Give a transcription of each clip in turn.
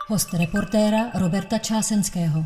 Host reportéra Roberta Čásenského.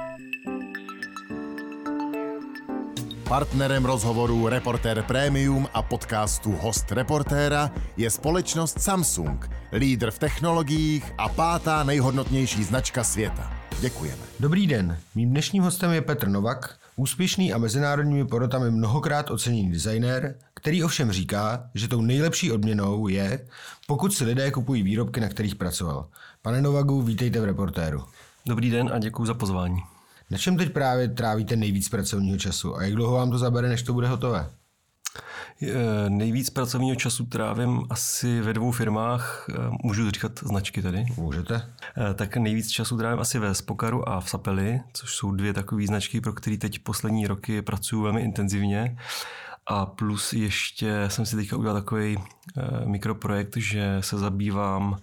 Partnerem rozhovoru Reportér Premium a podcastu Host reportéra je společnost Samsung, lídr v technologiích a pátá nejhodnotnější značka světa. Děkujeme. Dobrý den, mým dnešním hostem je Petr Novak, úspěšný a mezinárodními porotami mnohokrát oceněný designér, který ovšem říká, že tou nejlepší odměnou je, pokud si lidé kupují výrobky, na kterých pracoval. Pane Novaku, vítejte v Reportéru. Dobrý den a děkuji za pozvání. Na čem teď právě trávíte nejvíc pracovního času a jak dlouho vám to zabere, než to bude hotové? Nejvíc pracovního času trávím asi ve 2 firmách, můžu říkat značky tady? Můžete. Tak nejvíc času trávím asi ve Spokaru a v Sapeli, což jsou 2 takové značky, pro které teď poslední roky pracuji velmi intenzivně. A plus ještě jsem si teďka udělal takový mikroprojekt, že se zabývám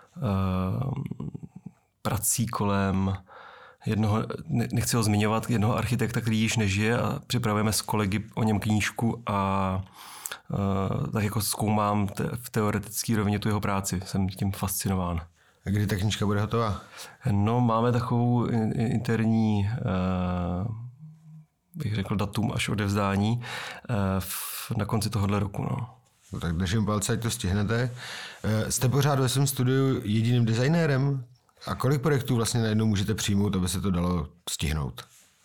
prací kolem jednoho, nechci ho zmiňovat, jednoho architekta, který již nežije a připravujeme s kolegy o něm knížku a tak jako zkoumám v teoretické rovině tu jeho práci. Jsem tím fascinován. A kdy ta knížka bude hotová? No, máme takovou interní, bych řekl, datum až odevzdání na konci tohohle roku. No tak držím palce, ať to stihnete. Jste pořád ve svém studiu jediným designérem? A kolik projektů vlastně najednou můžete přijmout, aby se to dalo stihnout?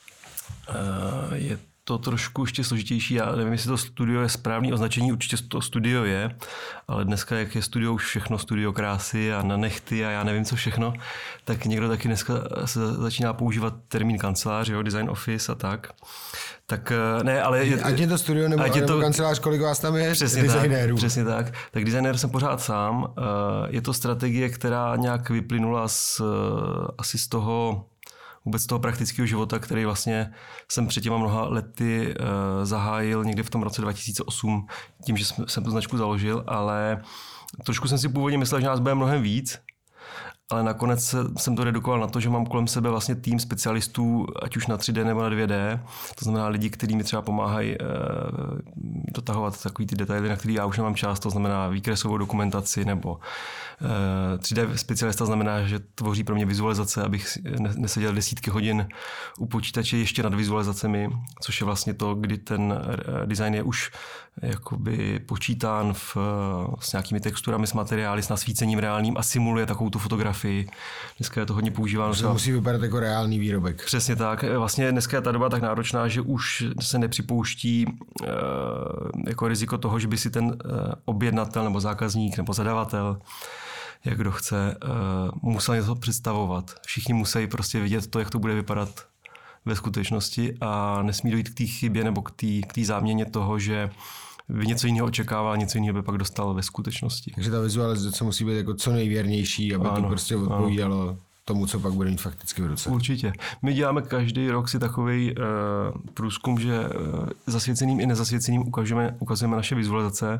Je to trošku ještě složitější. Já nevím, jestli to studio je správný označení, určitě to studio je, ale dneska, jak je studio už všechno, studio krásy a na nechty a já nevím, co všechno, tak někdo taky dneska se začíná používat termín kancelář, jo, design office a tak. Tak ne, ale... Ať je to studio nebo kancelář, kolik vás tam je? Přesně designérů. Tak, přesně tak. Tak designér jsem pořád sám. Je to strategie, která nějak vyplynula asi z toho praktického života, který vlastně jsem před těma mnoha lety zahájil někdy v tom roce 2008, tím, že jsem tu značku založil, ale trošku jsem si původně myslel, že nás bude mnohem víc, ale nakonec jsem to redukoval na to, že mám kolem sebe vlastně tým specialistů, ať už na 3D nebo na 2D. To znamená lidi, kteří mi třeba pomáhají dotahovat takový ty detaily, na který já už nemám čas. To znamená výkresovou dokumentaci nebo 3D specialista znamená, že tvoří pro mě vizualizace, abych neseděl desítky hodin u počítače ještě nad vizualizacemi, což je vlastně to, kdy ten design je už jakoby počítán s nějakými texturami, s materiály, s nasvícením reálným a simuluje takovou tu fotografii. Dneska je to hodně používáno. To musí vypadat jako reálný výrobek. Přesně tak. Vlastně dneska je ta doba tak náročná, že už se nepřipouští jako riziko toho, že by si ten objednatel nebo zákazník nebo zadavatel, jak kdo chce, musel něco představovat. Všichni musí prostě vidět to, jak to bude vypadat ve skutečnosti a nesmí dojít k té chybě nebo k té záměně toho, že by něco jiného očekával a něco jiného by pak dostal ve skutečnosti. Takže ta vizualizace musí být jako co nejvěrnější, aby to prostě odpovídalo tomu, co pak bude mít fakticky v ruce. Určitě. My děláme každý rok si takový průzkum, že zasvěceným i nezasvěceným ukazujeme naše vizualizace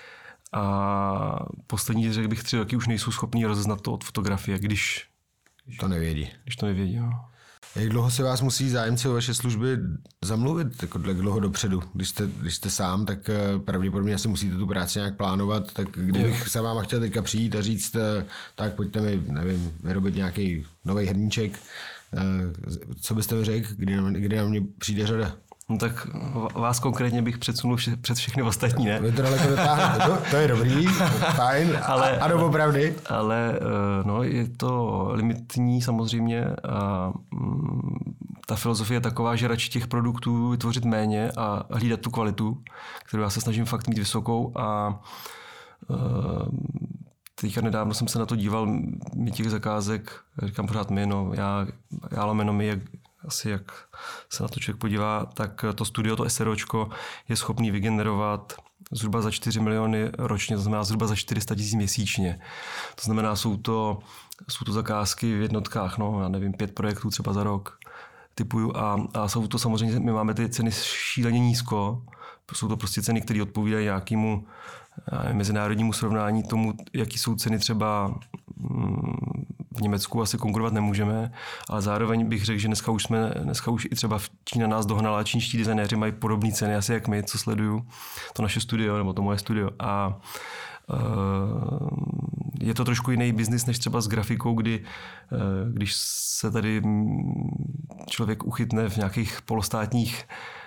a poslední, řekl bych, 3 roky už nejsou schopní rozeznat to od fotografie, když to nevědí. No. Jak dlouho se vás musí zájemci o vaše služby zamluvit? Jako jak dlouho dopředu? Když jste sám, tak pravděpodobně asi musíte tu práci nějak plánovat. Tak kdybych se vám chtěl teďka přijít a říct, tak pojďte mi, nevím, vyrobit nějaký nový hrníček, co byste mi řekl, kdy na mě přijde řada? No tak vás konkrétně bych předsunul před všechny ostatní, ne? Vy to daleko dotáhnete, to je dobrý, fajn, a doopravdy. Ale no, je to limitní samozřejmě a ta filozofie je taková, že radši těch produktů vytvořit méně a hlídat tu kvalitu, kterou já se snažím fakt mít vysokou a teďka nedávno jsem se na to díval, my těch zakázek, říkám pořád my, no, já lomeno my, jak se na to člověk podívá, tak to studio, to SROčko je schopný vygenerovat zhruba za 4 miliony ročně, to znamená zhruba za 400 000 měsíčně. To znamená, jsou to zakázky v jednotkách, no, já nevím, 5 projektů třeba za rok typuju a jsou to samozřejmě, my máme ty ceny šíleně nízko, jsou to prostě ceny, které odpovídají nějakému mezinárodnímu srovnání tomu, jaký jsou ceny třeba v Německu, asi konkurovat nemůžeme, ale zároveň bych řekl, že dneska už i třeba Čína nás dohnala, čínští designéři mají podobné ceny, asi jak my, co sleduju, to naše studio, nebo to moje studio. A je to trošku jiný biznis než třeba s grafikou, kdy když se tady člověk uchytne v nějakých polostátních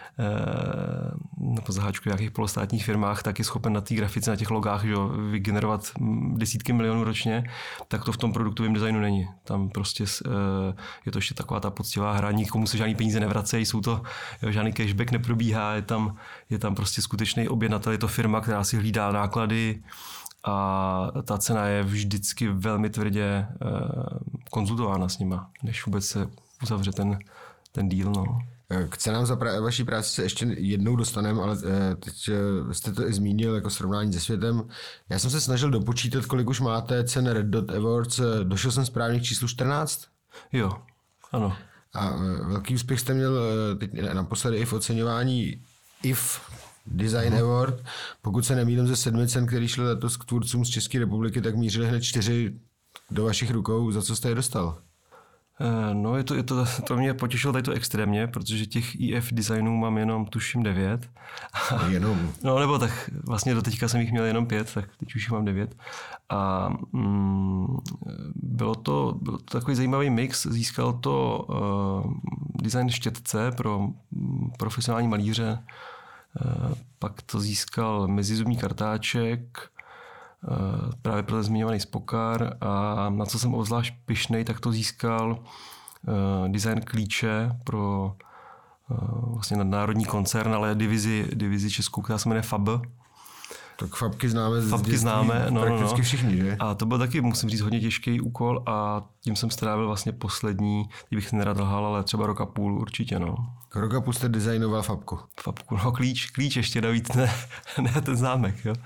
nebo zaháčku v nějakých polostátních firmách, tak je schopen na té grafice, na těch logách, že vygenerovat desítky milionů ročně, tak to v tom produktovém designu není. Tam prostě je to ještě taková ta poctivá hra, nikomu se žádný peníze nevracejí, žádný cashback neprobíhá, je tam prostě skutečný objednatel, je to firma, která si hlídá náklady a ta cena je vždycky velmi tvrdě konzultována s nima, než vůbec se uzavře ten deal. No. K cenám za vaší práci se ještě jednou dostaneme, ale teď jste to i zmínil jako srovnání se světem. Já jsem se snažil dopočítat, kolik už máte cen Red Dot Awards. Došel jsem správně k číslu 14? Jo, ano. A velký úspěch jste měl teď naposledy i v oceňování IF Design Award. Pokud se nemýlím ze 7 cen, který šly letos k tvůrcům z České republiky, tak mířili hned 4 do vašich rukou. Za co jste je dostal? No, to mě potěšilo tady to extrémně, protože těch IF designů mám jenom tuším 9. Jenom? No, nebo tak vlastně do teďka jsem jich měl jenom 5, tak teď už jich mám 9. A bylo to takový zajímavý mix. Získal to design štětce pro profesionální malíře, pak to získal mezizubní kartáček, právě pro ten zmiňovaný Spokar, a na co jsem obzvlášť pyšnej, tak to získal design klíče pro vlastně nadnárodní koncern, ale divizi českou, která se jmenuje FAB. Tak Fabky známe prakticky všichni, že? A to byl taky, musím říct, hodně těžký úkol a tím jsem strávil vlastně poslední, kdybych nerad lhal, ale třeba rok a půl určitě, no. Rok a půl jste designoval Fabku? Fabku, no klíč ještě navíc, ne ten zámek, jo.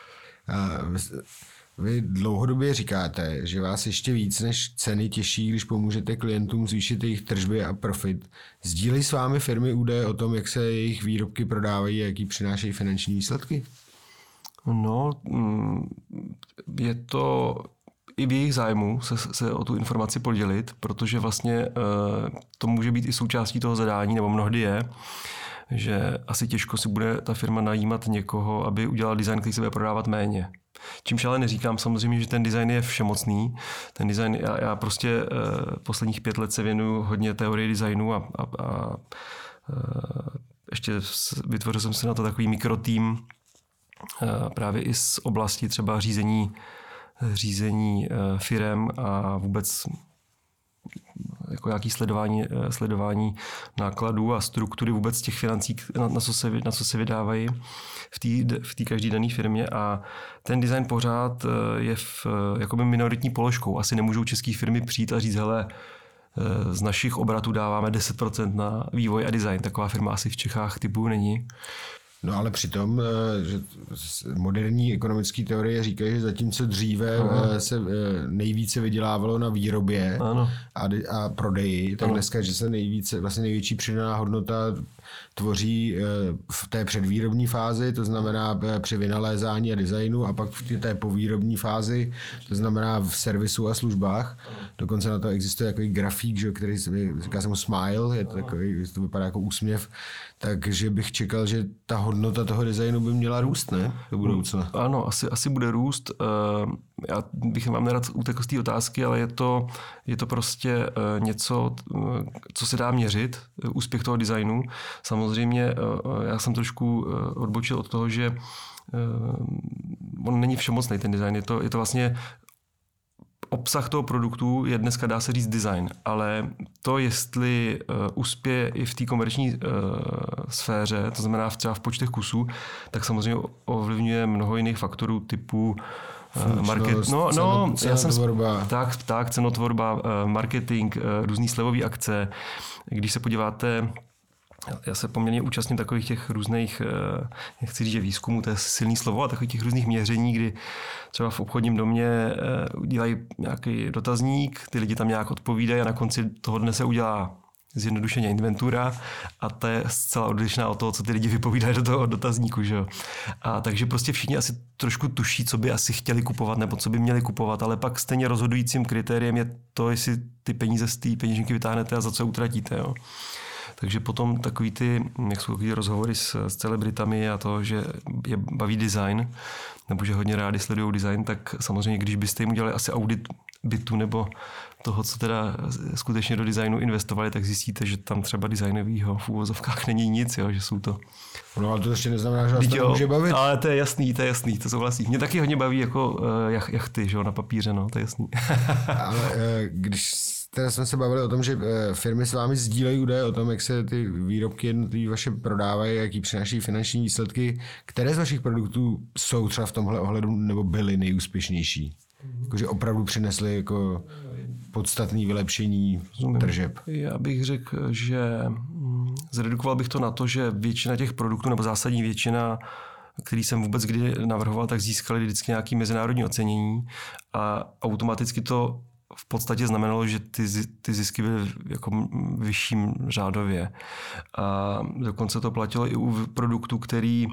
Vy dlouhodobě říkáte, že vás ještě víc než ceny těší, když pomůžete klientům zvýšit jejich tržby a profit. Sdílejí s vámi firmy údaje o tom, jak se jejich výrobky prodávají a jaký přinášejí finanční výsledky? No, je to i v jejich zájmu se o tu informaci podělit, protože vlastně to může být i součástí toho zadání, nebo mnohdy je, že asi těžko si bude ta firma najímat někoho, aby udělal design, který se bude prodávat méně. Čímž ale neříkám samozřejmě, že ten design je všemocný. Ten design, já prostě posledních 5 let se věnuju hodně teorii designu a ještě vytvořil jsem si na to takový mikrotým právě i z oblasti třeba řízení firem a vůbec jako nějaký sledování nákladů a struktury vůbec těch financí, na co se vydávají v té každé dané firmě, a ten design pořád je jakoby minoritní položkou. Asi nemůžou české firmy přijít a říct, hele, z našich obratů dáváme 10% na vývoj a design. Taková firma asi v Čechách typu není. No ale přitom, že moderní ekonomické teorie říkají, že zatímco dříve se nejvíce vydělávalo na výrobě a prodeji, tak dneska, že se největší přidaná hodnota tvoří v té předvýrobní fázi, to znamená při vynalézání a designu, a pak v té povýrobní fázi, to znamená v servisu a službách. Dokonce na to existuje takový grafík, že, který říká se mu smile, je to takový, to vypadá jako úsměv, takže bych čekal, že ta hodnota toho designu by měla růst, ne? Do budoucna. Ano, asi bude růst. Já bych vám nerad utekl z té otázky, ale je to prostě něco, co se dá měřit, úspěch toho designu. Samozřejmě já jsem trošku odbočil od toho, že on není všemocný ten design. Je to vlastně obsah toho produktu je dneska, dá se říct, design, ale to, jestli uspěje i v té komerční sféře, to znamená třeba v počtech kusů, tak samozřejmě ovlivňuje mnoho jiných faktorů typu cenotvorba. Cenotvorba, marketing, různý slevové akce. Když se podíváte, já se poměrně účastním takových těch různých, nechci říct, že výzkumů, to je silný slovo, a takových těch různých měření, kdy třeba v obchodním domě udělají nějaký dotazník, ty lidi tam nějak odpovídají a na konci toho dne se udělá zjednodušeně inventura a ta je zcela odlišná od toho, co ty lidi vypovídají do toho dotazníku. Že jo? A takže prostě všichni asi trošku tuší, co by asi chtěli kupovat nebo co by měli kupovat, ale pak stejně rozhodujícím kritériem je to, jestli ty peníze z té peněženky vytáhnete a za co utratíte. Jo? Takže potom takový ty, jak jsou takový rozhovory s celebritami a to, že je baví design, nebo že hodně rádi sledují design, tak samozřejmě, když byste jim udělali asi audit bytu nebo toho, co teda skutečně do designu investovali, tak zjistíte, že tam třeba designovýho v úvozovkách není nic, jo, že jsou to... No ale to ještě neznamená, že vás to může bavit. Ale to je jasný, to souhlasí. Mě taky hodně baví jako jachty, že jo, na papíře, no, to je jasný. Ale když teda jsme se bavili o tom, že firmy s vámi sdílejí údaje o tom, jak se ty výrobky jednotlivý vaše prodávají, jaký přináší finanční výsledky, které z vašich produktů jsou třeba v tomhle ohledu nebo byly nejúspěšnější? Jakože opravdu přinesly jako podstatné vylepšení tržeb. Já bych řekl, že zredukoval bych to na to, že většina těch produktů, nebo zásadní většina, který jsem vůbec kdy navrhoval, tak získali vždycky nějaké mezinárodní ocenění a automaticky to v podstatě znamenalo, že ty zisky byly jako vyšším řádově. A dokonce to platilo i u produktů, který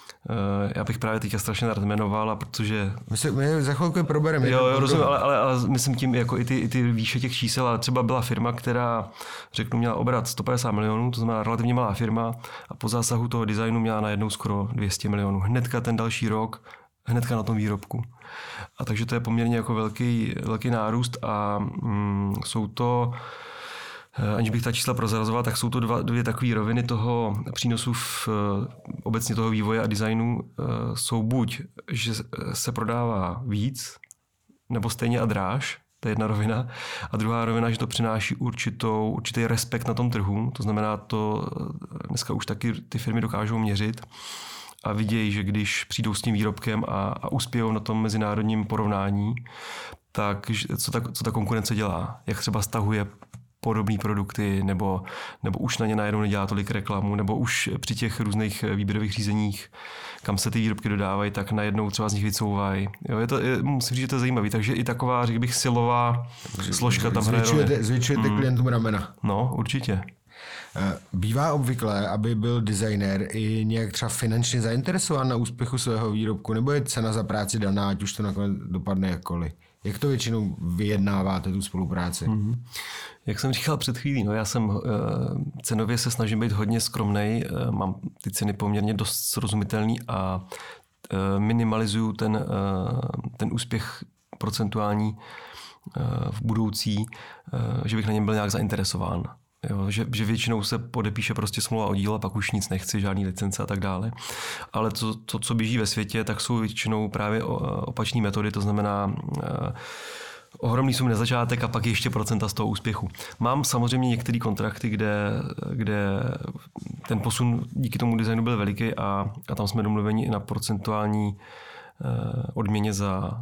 já bych právě teďka strašně rád jmenoval, protože... My za chvilku probereme. Jo, rozumím, ale myslím tím jako i ty výše těch čísel. A třeba byla firma, která, řeknu, měla obrat 150 milionů, to znamená relativně malá firma a po zásahu toho designu měla najednou skoro 200 milionů. Hnedka ten další rok, hnedka na tom výrobku. A takže to je poměrně jako velký nárůst a jsou to... Aniž bych ta čísla prozrazoval, tak jsou to dvě takové roviny toho přínosu obecně toho vývoje a designu. Jsou buď, že se prodává víc, nebo stejně a dráž, to je jedna rovina. A druhá rovina, že to přináší určitý respekt na tom trhu. To znamená, to dneska už taky ty firmy dokážou měřit a vidějí, že když přijdou s tím výrobkem a uspějou na tom mezinárodním porovnání, tak co ta konkurence dělá. Jak třeba stahuje podobné produkty, nebo už na ně najednou nedělá tolik reklamu, nebo už při těch různých výběrových řízeních, kam se ty výrobky dodávají, tak najednou třeba z nich vycouvají. Jo, musím říct, že to je zajímavý. Takže i taková, řekl bych, silová složka tam hraje. Zvětšujete klientům ramena. No, určitě. Bývá obvyklé, aby byl designér i nějak třeba finančně zainteresován na úspěchu svého výrobku, nebo je cena za práci daná, ať už to nakonec dopadne jakkoliv? Jak to většinou vyjednáváte, tu spolupráci? Jak jsem říkal před chvílí, no já jsem cenově se snažím být hodně skromnej, mám ty ceny poměrně dost srozumitelný a minimalizuju ten úspěch procentuální v budoucí, že bych na něm byl nějak zainteresován. Jo, že většinou se podepíše prostě smlouva o díl a pak už nic nechci, žádný licence a tak dále. Ale to, co běží ve světě, tak jsou většinou právě opačné metody, to znamená ohromný sumy na začátek a pak ještě procenta z toho úspěchu. Mám samozřejmě některé kontrakty, kde ten posun díky tomu designu byl veliký a tam jsme domluveni i na procentuální odměně za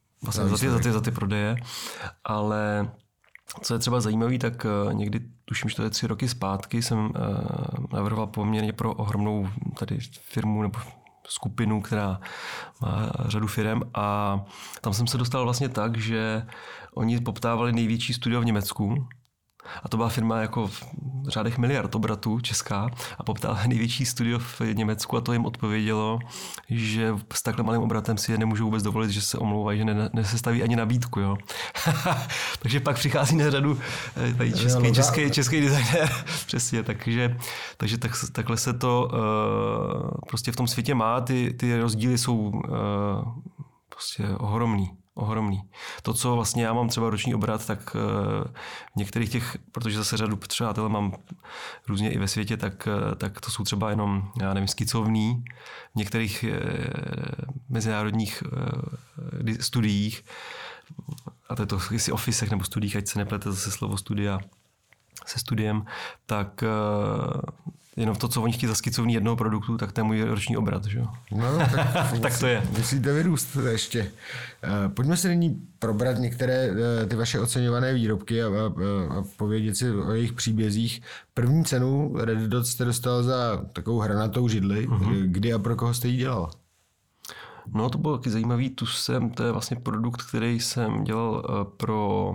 ty prodeje, ale co je třeba zajímavý, tak někdy, tuším, že to je 3 roky zpátky, jsem navrhoval poměrně pro ohromnou tady firmu nebo skupinu, která má řadu firem a tam jsem se dostal vlastně tak, že oni poptávali největší studio v Německu a to byla firma jako v řádech miliard obratů česká a poptala největší studio v Německu a to jim odpovědělo, že s takhle malým obratem si je nemůžou vůbec dovolit, že se omlouvají, že nesestaví ani nabídku. Jo. Takže pak přichází na řadu tady český designér. Přesně, takže takhle se to prostě v tom světě má. Ty rozdíly jsou prostě ohromný. To, co vlastně já mám třeba roční obrat, tak v některých těch, protože zase řadu přátel mám různě i ve světě, tak to jsou třeba jenom, já nevím, skicovní. V některých mezinárodních studiích, a to je to, jestli officech nebo studiích, ať se neplete zase slovo studia se studiem, tak jenom to, co oni chtějí za skicovní jednoho produktu, tak to je můj roční obrat. Že? No, tak to je. Musíte vyrůst ještě. Pojďme si nyní probrat některé ty vaše oceňované výrobky a povědět si o jejich příbězích. První cenu Red Dot jste dostal za takovou hranatou židli. Kdy a pro koho jste ji dělal? No, to bylo taky zajímavý. To je vlastně produkt, který jsem dělal pro...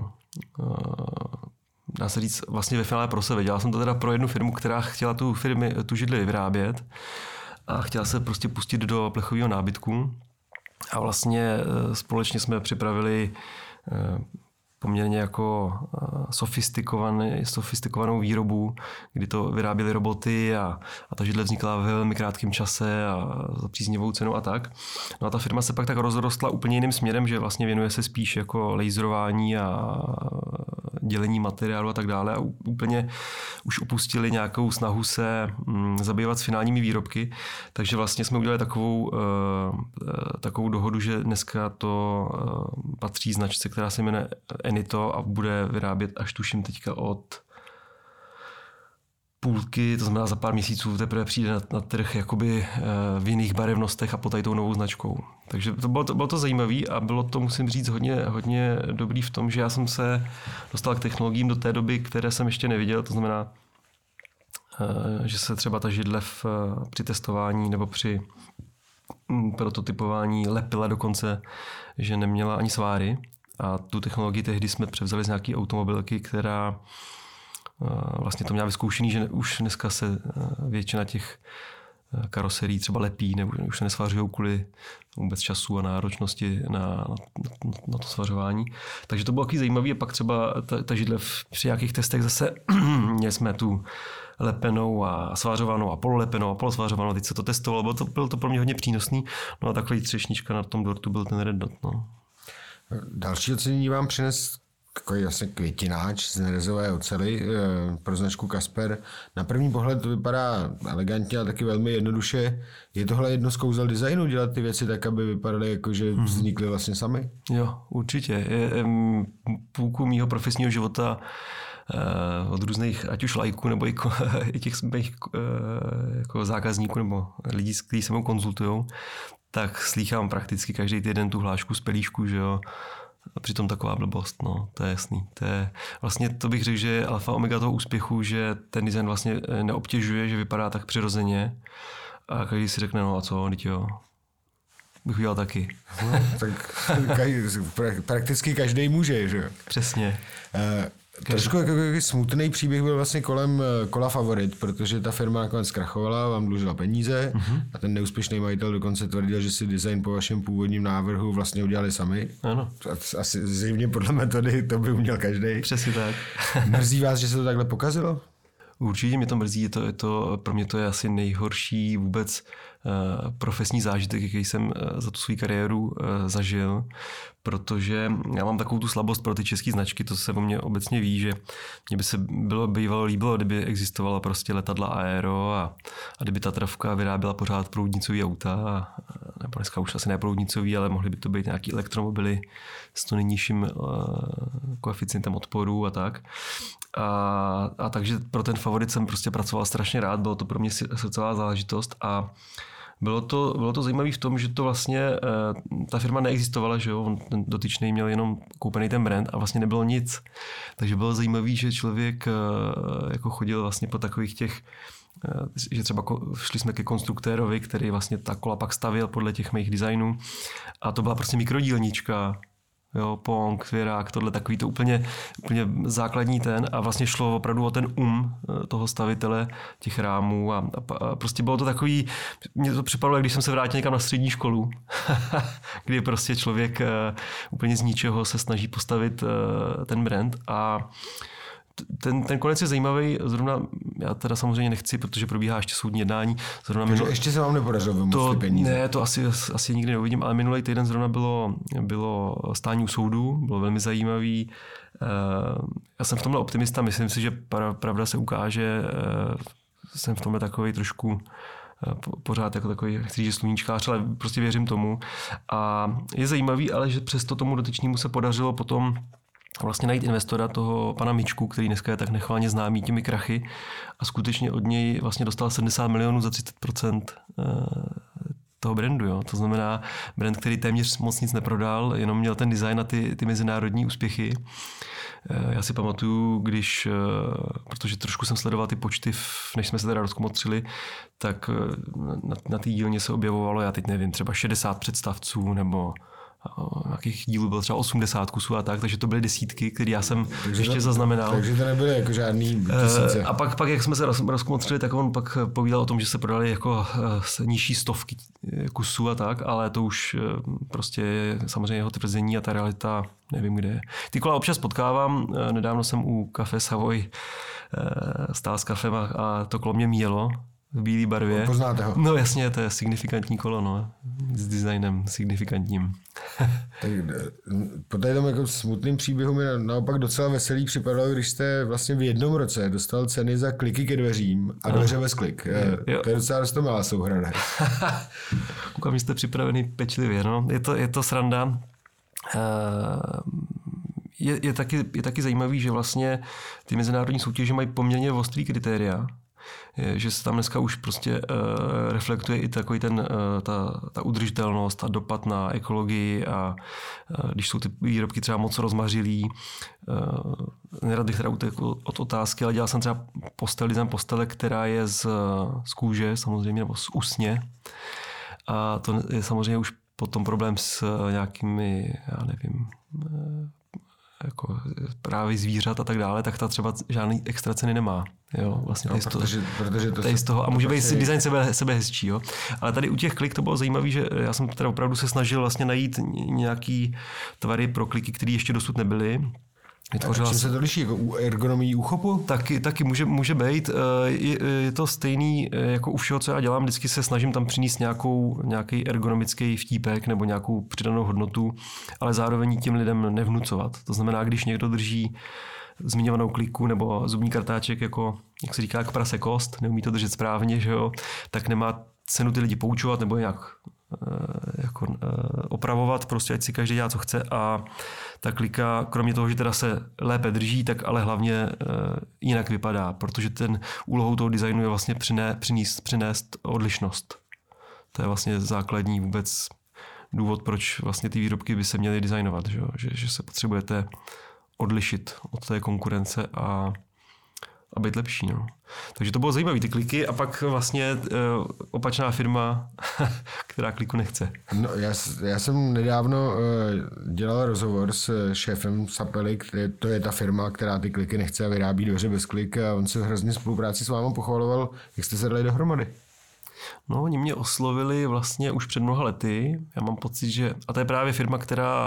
dá se říct, vlastně ve finále pro sebe. Dělal jsem to teda pro jednu firmu, která chtěla tu židli vyrábět a chtěla se prostě pustit do plechového nábytku. A vlastně společně jsme připravili poměrně jako sofistikovanou výrobu, kdy to vyráběly roboty a ta židle vznikla ve velmi krátkém čase a za příznivou cenu a tak. No a ta firma se pak tak rozrostla úplně jiným směrem, že vlastně věnuje se spíš jako laserování a dělení materiálu a tak dále a úplně už opustili nějakou snahu se zabývat s finálními výrobky, takže vlastně jsme udělali takovou dohodu, že dneska to patří značce, která se jmenuje Enito a bude vyrábět až tuším teďka od půlky, to znamená za pár měsíců teprve přijde na trh jakoby v jiných barevnostech a pod tou novou značkou. Takže bylo to zajímavé a bylo to, musím říct, hodně dobrý v tom, že já jsem se dostal k technologiím do té doby, které jsem ještě neviděl, to znamená, že se třeba ta židle při testování nebo při prototypování lepila dokonce, že neměla ani sváry a tu technologii tehdy jsme převzali z nějaké automobilky, která vlastně to měla vyzkoušený, že už dneska se většina těch karoserií třeba lepí, nebo už se nesvařují kvůli vůbec času a náročnosti na to svařování. Takže to bylo takový zajímavý a pak třeba ta židle při nějakých testech zase měli jsme tu lepenou a svářovanou a pololepenou a polosvářovanou. Teď se to testovalo, bylo to pro mě hodně přínosný. No a takový třešnička na tom dortu byl ten Red Dot. No. Další ocenění vám přines takový vlastně květináč z nerezové oceli pro značku Kasper. Na první pohled to vypadá elegantně a taky velmi jednoduše. Je tohle jedno z kouzel designu, dělat ty věci tak, aby vypadaly jako, že vznikly vlastně sami? Jo, určitě. Půlku mýho profesního života od různých, ať už lajků, nebo i těch mých jako zákazníků, nebo lidí, kteří se mnou konzultujou, tak slýchám prakticky každý týden tu hlášku z pelíšku, že jo. A přitom taková blbost, no, to je jasný. Vlastně to bych řekl, že je alfa omega toho úspěchu, že ten design vlastně neobtěžuje, že vypadá tak přirozeně a každý si řekne, no a co, teď jo, bych udělal taky. No, tak prakticky každý může, že jo? Přesně. Trošku jako smutný příběh byl vlastně kolem kola Favorit, protože ta firma nakonec zkrachovala, vám dlužila peníze a ten neúspěšný majitel dokonce tvrdil, že si design po vašem původním návrhu vlastně udělali sami. Ano. Asi zřejmě podle metody to by uměl každý. Přesně tak. Mrzí vás, že se to takhle pokazilo? Určitě mě to mrzí, pro mě to je asi nejhorší vůbec profesní zážitek, jaký jsem za tu svou kariéru zažil, protože já mám takovou tu slabost pro ty české značky, to se o mě obecně ví, že mě by se bývalo líbilo, kdyby existovala prostě letadla Aero a kdyby ta Tatravka vyráběla pořád proudnicový auta, nebo dneska už asi neproudnicový, ale mohly by to být nějaký elektromobily s to nejnižším koeficientem odporu a tak. A takže pro ten Favorit jsem prostě pracoval strašně rád, bylo to pro mě srdcová záležitost a bylo to zajímavé v tom, že to vlastně ta firma neexistovala, že jo, ten dotyčný měl jenom koupený ten brand a vlastně nebylo nic. Takže bylo zajímavé, že člověk jako chodil vlastně po takových těch, že třeba šli jsme ke konstruktérovi, který vlastně ta kola pak stavěl podle těch mých designů a to byla prostě mikrodílnička. Jo, Pong, Svěrák, tohle takový to úplně základní a vlastně šlo opravdu o ten toho stavitele těch rámů a prostě bylo to takový, mě to připadalo, když jsem se vrátil někam na střední školu, kdy prostě člověk úplně z ničeho se snaží postavit ten brand a ten konec je zajímavý, zrovna já teda samozřejmě nechci, protože probíhá ještě soudní jednání. Takže ještě se vám nepodařilo vymoct ty peníze? Ne, to asi nikdy neuvidím, ale minulý týden zrovna bylo stání u soudu, bylo velmi zajímavý. Já jsem v tomhle optimista, myslím si, že pravda se ukáže, jsem v tomhle takový trošku pořád jako takový, chci říct, sluníčkář, ale prostě věřím tomu. A je zajímavý, ale že přesto tomu dotyčnému se podařilo potom vlastně najít investora, toho pana Mičku, který dneska je tak nechvalně známý těmi krachy a skutečně od něj vlastně dostal 70 milionů za 30% toho brandu. Jo. To znamená brand, který téměř moc nic neprodal, jenom měl ten design a ty mezinárodní úspěchy. Já si pamatuju, protože trošku jsem sledoval ty počty, než jsme se teda rozkomotřili, tak na té dílně se objevovalo, já teď nevím, třeba 60 představců nebo nějakých dílů bylo třeba 80 kusů a tak, takže to byly desítky, které já jsem ještě zaznamenal. Takže to nebyly jako žádný tisíce. A pak, jak jsme se rozkmotřili, tak on pak povídal o tom, že se prodali jako nižší stovky kusů a tak, ale to už prostě je samozřejmě jeho tvrzení a ta realita nevím, kde je. Ty kola občas potkávám, nedávno jsem u Café Savoy stál s kafem a to kolo mě míjelo v bílé barvě. Poznáte ho? No jasně, to je signifikantní kolo, no. S designem signifikantním. Tak po tom jako smutným příběhu mi naopak docela veselý připadalo, když jste vlastně v jednom roce dostal ceny za kliky ke dveřím a dveře bez klik. To je docela roztomilá souhrada. Koukám, že jste připravený pečlivě, no. Je to sranda. Je taky zajímavý, že vlastně ty mezinárodní soutěže mají poměrně ostrý kritéria, že se tam dneska už prostě reflektuje i takový ta udržitelnost a dopad na ekologii a když jsou ty výrobky třeba moc rozmařilý. Nerad bych teda utekl od otázky, ale dělal jsem třeba design postele, která je z kůže samozřejmě, nebo z usně. A to je samozřejmě už potom problém s nějakými, já nevím, jako právě zvířat a tak dále, tak ta třeba žádný extra ceny nemá. Jo, vlastně no, protože to z toho a může být si design sebe hezčí. Jo. Ale tady u těch klik to bylo zajímavé, že já jsem teda opravdu se snažil vlastně najít nějaký tvary pro kliky, které ještě dosud nebyly. A čím se to liší? Jako u ergonomii úchopu? Taky může být. Je to stejný jako u všeho, co já dělám. Vždycky se snažím tam přinést nějaký ergonomický vtípek nebo nějakou přidanou hodnotu, ale zároveň těm lidem nevnucovat. To znamená, když někdo drží zmiňovanou kliku nebo zubní kartáček, jako, jak se říká, jak prase kost, neumí to držet správně, že jo, tak nemá cenu ty lidi poučovat nebo nějak opravovat, prostě ať si každý dělá, co chce a ta klika, kromě toho, že teda se lépe drží, tak ale hlavně jinak vypadá, protože ten úlohou toho designu je vlastně přinést odlišnost. To je vlastně základní vůbec důvod, proč vlastně ty výrobky by se měly designovat, že se potřebujete odlišit od té konkurence a být lepší. No. Takže to bylo zajímavé, ty kliky a pak vlastně opačná firma, která kliku nechce. No, já jsem nedávno dělal rozhovor s šéfem Sapely, to je ta firma, která ty kliky nechce a vyrábí dveře bez klik a on se hrozně spolupráci s vámi pochvaloval, jak jste se dali dohromady. No, oni mě oslovili vlastně už před mnoha lety. Já mám pocit, že... A to je právě firma, která...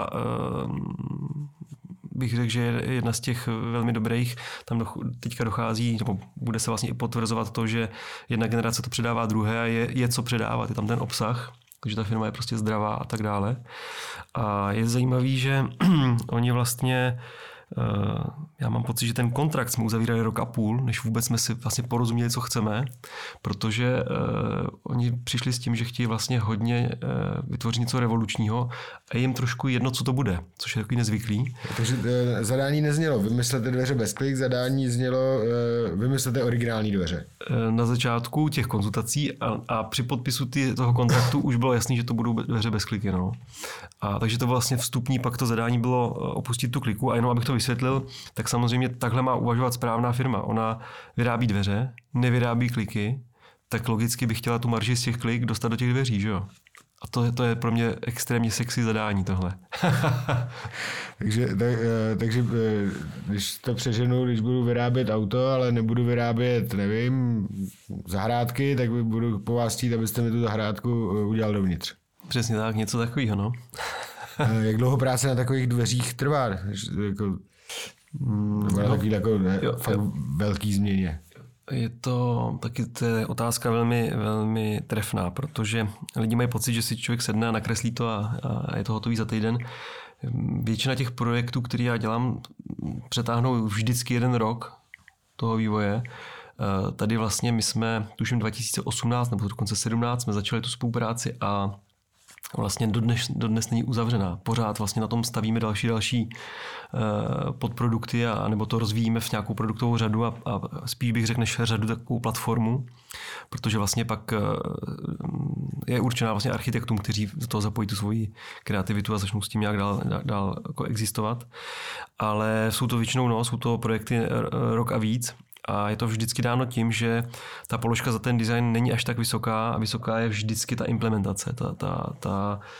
bych řekl, že je jedna z těch velmi dobrých. Tam teďka dochází, nebo bude se vlastně i potvrzovat to, že jedna generace to předává druhé a je co předávat. Je tam ten obsah, takže ta firma je prostě zdravá a tak dále. A je zajímavý, že oni vlastně... Já mám pocit, že ten kontrakt jsme uzavírali rok a půl, než vůbec jsme si vlastně porozuměli, co chceme, protože oni přišli s tím, že chtějí vlastně hodně vytvořit něco revolučního a je jim trošku jedno, co to bude, což je takový nezvyklý. Takže zadání neznělo vymyslete dveře bez klik, zadání znělo vymyslete originální dveře. Na začátku těch konzultací a při podpisu toho kontraktu už bylo jasný, že to budou dveře bez kliky. No. A takže to vlastně vstupní, pak to zadání bylo opustit tu kliku a jenom abych to vysvětlil, tak samozřejmě takhle má uvažovat správná firma. Ona vyrábí dveře, nevyrábí kliky, tak logicky by chtěla tu marži z těch klik dostat do těch dveří, že jo? A to je pro mě extrémně sexy zadání tohle. takže když to přeženu, když budu vyrábět auto, ale nebudu vyrábět, nevím, zahrádky, tak budu po vás chtít, abyste mi tu zahrádku udělal dovnitř. Přesně tak, něco takového, no. Jak dlouho práce na takových dveřích trvá? Jako, takový fakt velký změně. Je to taky otázka velmi, velmi trefná, protože lidi mají pocit, že si člověk sedne a nakreslí to a je to hotový za týden. Většina těch projektů, které já dělám, přetáhnou vždycky 1 rok toho vývoje. Tady vlastně my jsme, tuším 2018 nebo dokonce 2017, jsme začali tu spolupráci a vlastně dodnes není uzavřená. Pořád vlastně na tom stavíme další podprodukty a nebo to rozvíjíme v nějakou produktovou řadu a spíš bych řekl než řadu takovou platformu, protože vlastně pak je určená vlastně architektům, kteří do toho zapojí tu svoji kreativitu a začnou s tím nějak dál jako existovat. Ale jsou to většinou jsou to projekty rok a víc. A je to vždycky dáno tím, že ta položka za ten design není až tak vysoká a vysoká je vždycky ta implementace,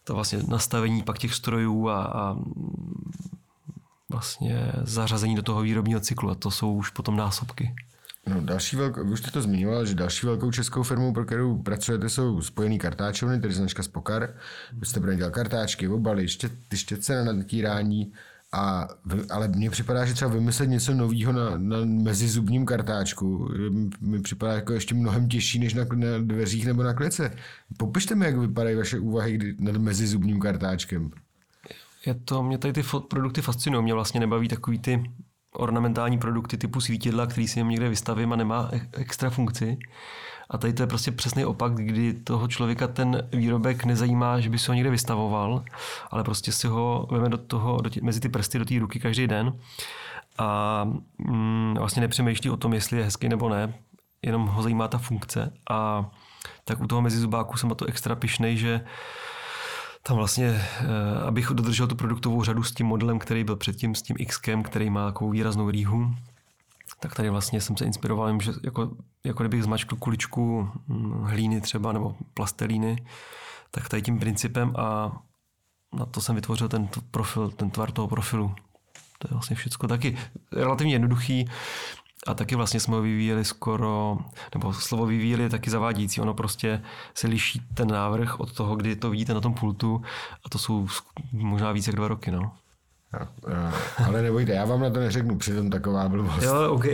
to vlastně nastavení pak těch strojů a vlastně zařazení do toho výrobního cyklu a to jsou už potom násobky. No, vy už jste to zmiňoval, že další velkou českou firmou, pro kterou pracujete, jsou Spojený kartáčovny, tedy značka Spokar. Vy jste pro ně dělal kartáčky, obaly, štětce na natírání, ale mně připadá, že třeba vymyslet něco nového na mezizubním kartáčku mi připadá jako ještě mnohem těžší než na dveřích nebo na klece. Popište mi, jak vypadají vaše úvahy nad mezizubním kartáčkem. Mě tady ty produkty fascinují, mě vlastně nebaví takový ty ornamentální produkty typu svítidla, který si někde vystavím a nemá extra funkci. A tady to je prostě přesný opak, kdy toho člověka ten výrobek nezajímá, že by si ho někde vystavoval, ale prostě si ho veme mezi ty prsty do té ruky každý den a vlastně nepřemýšlí o tom, jestli je hezký nebo ne, jenom ho zajímá ta funkce. A tak u toho mezizubáku jsem na to extra pyšnej, že tam vlastně, abych dodržel tu produktovou řadu s tím modelem, který byl předtím, s tím X-kem, který má takovou výraznou rýhu, tak tady vlastně jsem se inspiroval, že jako kdybych zmačkl kuličku hlíny třeba nebo plastelíny, tak tady tím principem a na to jsem vytvořil ten profil, ten tvar toho profilu. To je vlastně všecko taky relativně jednoduchý a taky vlastně jsme ho vyvíjeli nebo slovo vyvíjeli je taky zavádějící. Ono prostě se liší ten návrh od toho, kdy to vidíte na tom pultu a to jsou možná víc jak 2 roky, no. Ale nebojte, já vám na to neřeknu, přitom taková blbost. Jo, OK.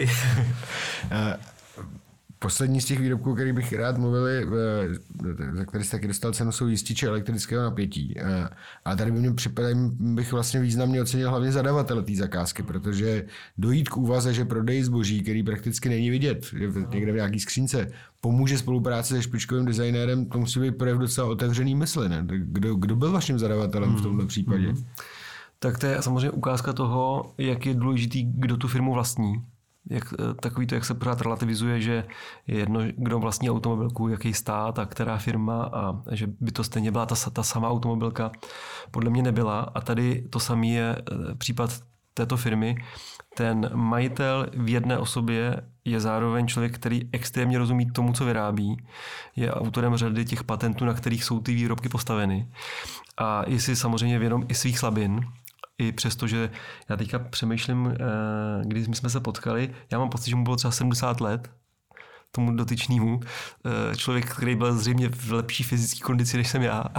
Poslední z těch výrobků, který bych rád mluvili, za který jste taky dostal cenu, jsou jističe elektrického napětí. A tady bych vlastně významně ocenil hlavně zadavatele té zakázky, protože dojít k úvaze, že prodej zboží, který prakticky není vidět někde v nějaký skřínce, pomůže spolupráci se špičkovým designérem, to musí být projev docela otevřený mysli. Ne? Kdo byl vaším zadavatelem v tomto případě? Tak to je samozřejmě ukázka toho, jak je důležitý, kdo tu firmu vlastní. Jak se pořád relativizuje, že je jedno, kdo vlastní automobilku, jaký stát a která firma a že by to stejně byla ta samá automobilka. Podle mě nebyla a tady to samý je případ této firmy. Ten majitel v jedné osobě je zároveň člověk, který extrémně rozumí tomu, co vyrábí. Je autorem řady těch patentů, na kterých jsou ty výrobky postaveny. A je si samozřejmě vědom i svých slabin. I přesto, že já teďka přemýšlím, když jsme se potkali, já mám pocit, že mu bylo třeba 70 let, tomu dotyčnému. Člověk, který byl zřejmě v lepší fyzické kondici, než jsem já.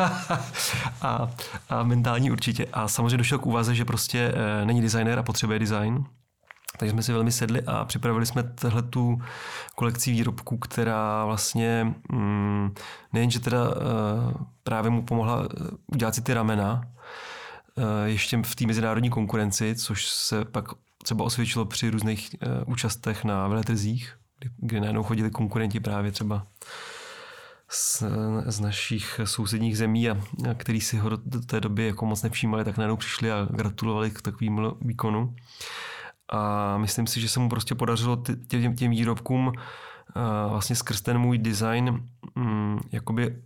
a mentální určitě. A samozřejmě došel k úvaze, že prostě není designér a potřebuje design. Takže jsme si velmi sedli a připravili jsme tu kolekci výrobků, která vlastně nejenže teda právě mu pomohla udělat si ty ramena, ještě v té mezinárodní konkurenci, což se pak třeba osvědčilo při různých účastech na veletrzích, kdy najednou chodili konkurenti právě třeba z našich sousedních zemí a který si ho do té doby jako moc nevšímali, tak najednou přišli a gratulovali k takovému výkonu. A myslím si, že se mu prostě podařilo těm výrobkům vlastně skrz ten můj design jakoby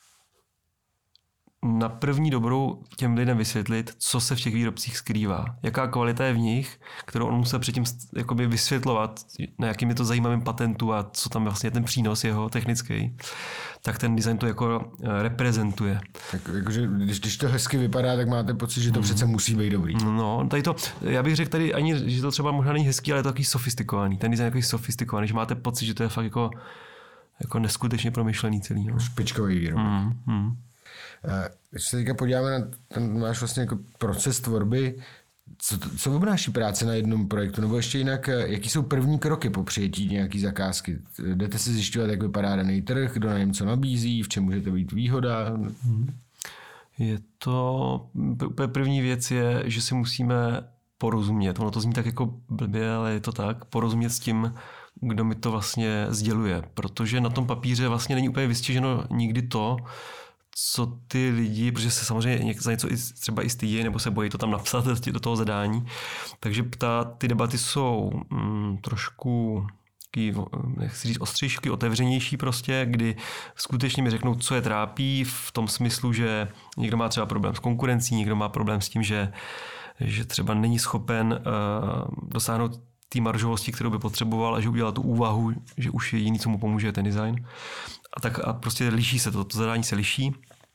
na první dobrou těm lidem vysvětlit, co se v těch výrobcích skrývá. Jaká kvalita je v nich, kterou on musel předtím jakoby vysvětlovat, na jakým je to zajímavým patentu a co tam vlastně je ten přínos jeho technický, tak ten design to jako reprezentuje. Tak jakože, když to hezky vypadá, tak máte pocit, že to přece musí být dobrý. No, tady to, já bych řekl tady ani, že to třeba možná není hezký, ale je to takový sofistikovaný. Ten design je takový sofistikovaný, že máte pocit, že to je fakt jako neskutečně promyšlený celý. No. Špičkový výrobek. Když se teďka podíváme na ten máš vlastně jako proces tvorby, co obnáší práce na jednom projektu, nebo ještě jinak, jaký jsou první kroky po přijetí nějaký zakázky? Jdete si zjišťovat, jak vypadá daný trh, kdo na něm co nabízí, v čem můžete být výhoda? Je to, první věc je, že si musíme porozumět. Ono to zní tak jako blbě, ale je to tak, porozumět s tím, kdo mi to vlastně sděluje, protože na tom papíře vlastně není úplně vystěženo nikdy to, co ty lidi, protože se samozřejmě za něco třeba i stydí, nebo se bojí to tam napsat do toho zadání. Takže ty debaty jsou trošku, nechci říct ostřejší, otevřenější prostě, kdy skutečně mi řeknou, co je trápí v tom smyslu, že někdo má třeba problém s konkurencí, někdo má problém s tím, že třeba není schopen dosáhnout té maržovosti, kterou by potřeboval a že udělal tu úvahu, že už je jiný, co mu pomůže ten design. A prostě liší se to zadání se liší.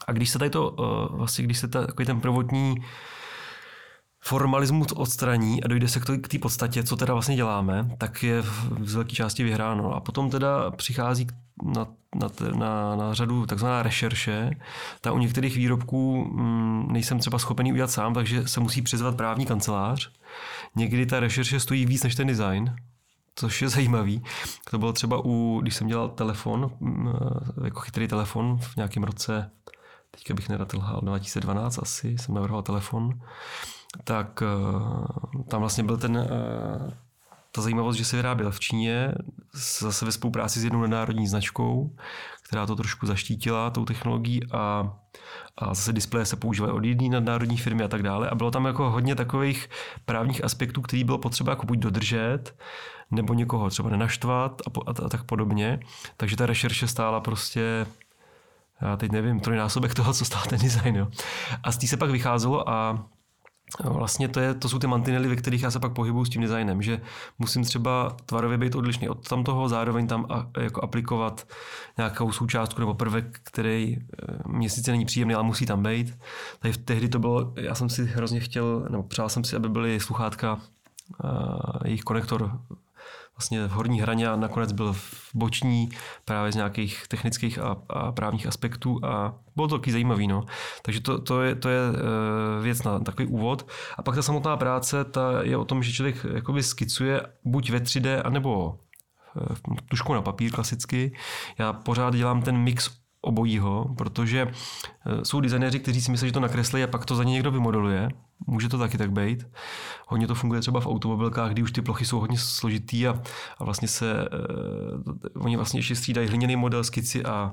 A když se tady to, vlastně když se takový ten prvotní formalismus odstraní a dojde se k té podstatě, co teda vlastně děláme, tak je z velké části vyhráno. A potom teda přichází na řadu takzvaná rešerše. Ta u některých výrobků nejsem třeba schopený udělat sám, takže se musí přizvat právní kancelář. Někdy ta rešerše stojí víc než ten design, což je zajímavý. To bylo třeba když jsem dělal telefon, jako chytrý telefon v nějakém roce, teďka bych nerad lhal, 2012 asi, jsem navrhoval telefon, tak tam vlastně byl ta zajímavost, že se vyráběl v Číně, zase ve spolupráci s jednou nadnárodní značkou, která to trošku zaštítila tou technologií a zase displeje se používaly od jedné nadnárodní firmy a tak dále. A bylo tam jako hodně takových právních aspektů, který bylo potřeba jako buď dodržet, nebo někoho třeba nenaštvat a tak podobně. Takže ta rešerše stála prostě, já teď nevím, 3násobek toho, co stál ten design. Jo. A z té se pak vycházelo a vlastně to jsou ty mantinely, ve kterých já se pak pohybuju s tím designem, že musím třeba tvarově být odlišný od tamtoho, zároveň tam jako aplikovat nějakou součástku nebo prvek, který mně sice není příjemný, ale musí tam být. Tady tehdy to bylo, já jsem si hrozně chtěl, nebo přál jsem si, aby byly sluchátka, jejich konektor vlastně v horní hraně a nakonec byl v boční právě z nějakých technických a právních aspektů a bylo to taky zajímavý. No. Takže to je věc na takový úvod. A pak ta samotná práce ta je o tom, že člověk jakoby skicuje buď ve 3D, anebo tužkou na papír klasicky. Já pořád dělám ten mix obojího, protože jsou designéři, kteří si myslí, že to nakreslí a pak to za ně někdo vymodeluje. Může to taky tak být. Hodně to funguje třeba v automobilkách, kdy už ty plochy jsou hodně složitý a vlastně oni vlastně ještě střídají hliněný model, skici a